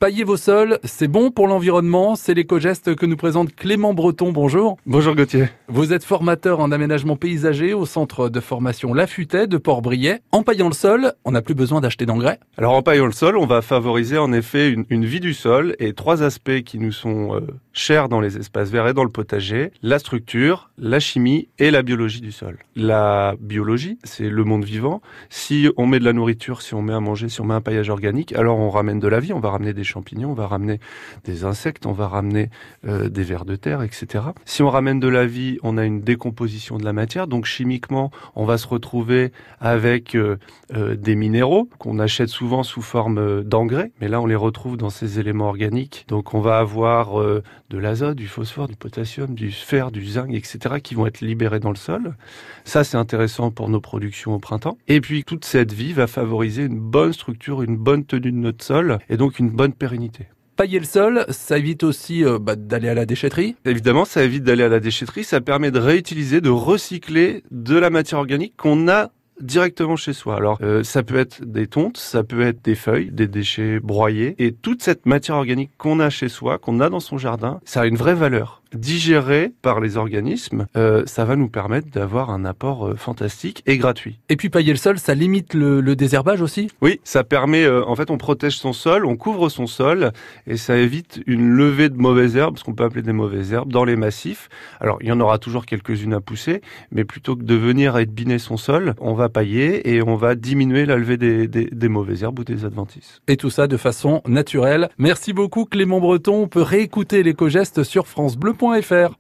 Pailler vos sols, c'est bon pour l'environnement. C'est l'éco-geste que nous présente Clément Breton. Bonjour. Bonjour Gauthier. Vous êtes formateur en aménagement paysager au centre de formation Lafutais de Port-Briet. En paillant le sol, on n'a plus besoin d'acheter d'engrais. Alors en paillant le sol, on va favoriser en effet une vie du sol et trois aspects qui nous sont chers dans les espaces verts et dans le potager: la structure, la chimie et la biologie du sol. La biologie, c'est le monde vivant. Si on met de la nourriture, si on met à manger, si on met un paillage organique, alors on ramène de la vie, on va ramener des champignons, on va ramener des insectes, on va ramener des vers de terre, etc. Si on ramène de la vie, on a une décomposition de la matière, donc chimiquement, on va se retrouver avec des minéraux qu'on achète souvent sous forme d'engrais, mais là on les retrouve dans ces éléments organiques. Donc on va avoir de l'azote, du phosphore, du potassium, du fer, du zinc, etc. qui vont être libérés dans le sol. Ça, c'est intéressant pour nos productions au printemps. Et puis toute cette vie va favoriser une bonne structure, une bonne tenue de notre sol et donc une bonne pérennité. Pailler le sol, ça évite aussi d'aller à la déchetterie. Évidemment, ça évite d'aller à la déchetterie. Ça permet de réutiliser, de recycler de la matière organique qu'on a directement chez soi. Alors, ça peut être des tontes, ça peut être des feuilles, des déchets broyés. Et toute cette matière organique qu'on a chez soi, qu'on a dans son jardin, ça a une vraie valeur. Digérée par les organismes, ça va nous permettre d'avoir un apport fantastique et gratuit. Et puis pailler le sol, ça limite le désherbage aussi. Oui, ça permet, en fait, on protège son sol, on couvre son sol et ça évite une levée de mauvaises herbes, ce qu'on peut appeler des mauvaises herbes, dans les massifs. Alors, il y en aura toujours quelques-unes à pousser, mais plutôt que de venir ébiner son sol, on va pailler et on va diminuer la levée des mauvaises herbes ou des adventices. Et tout ça de façon naturelle. Merci beaucoup Clément Breton. On peut réécouter l'éco-geste sur francebleu.fr.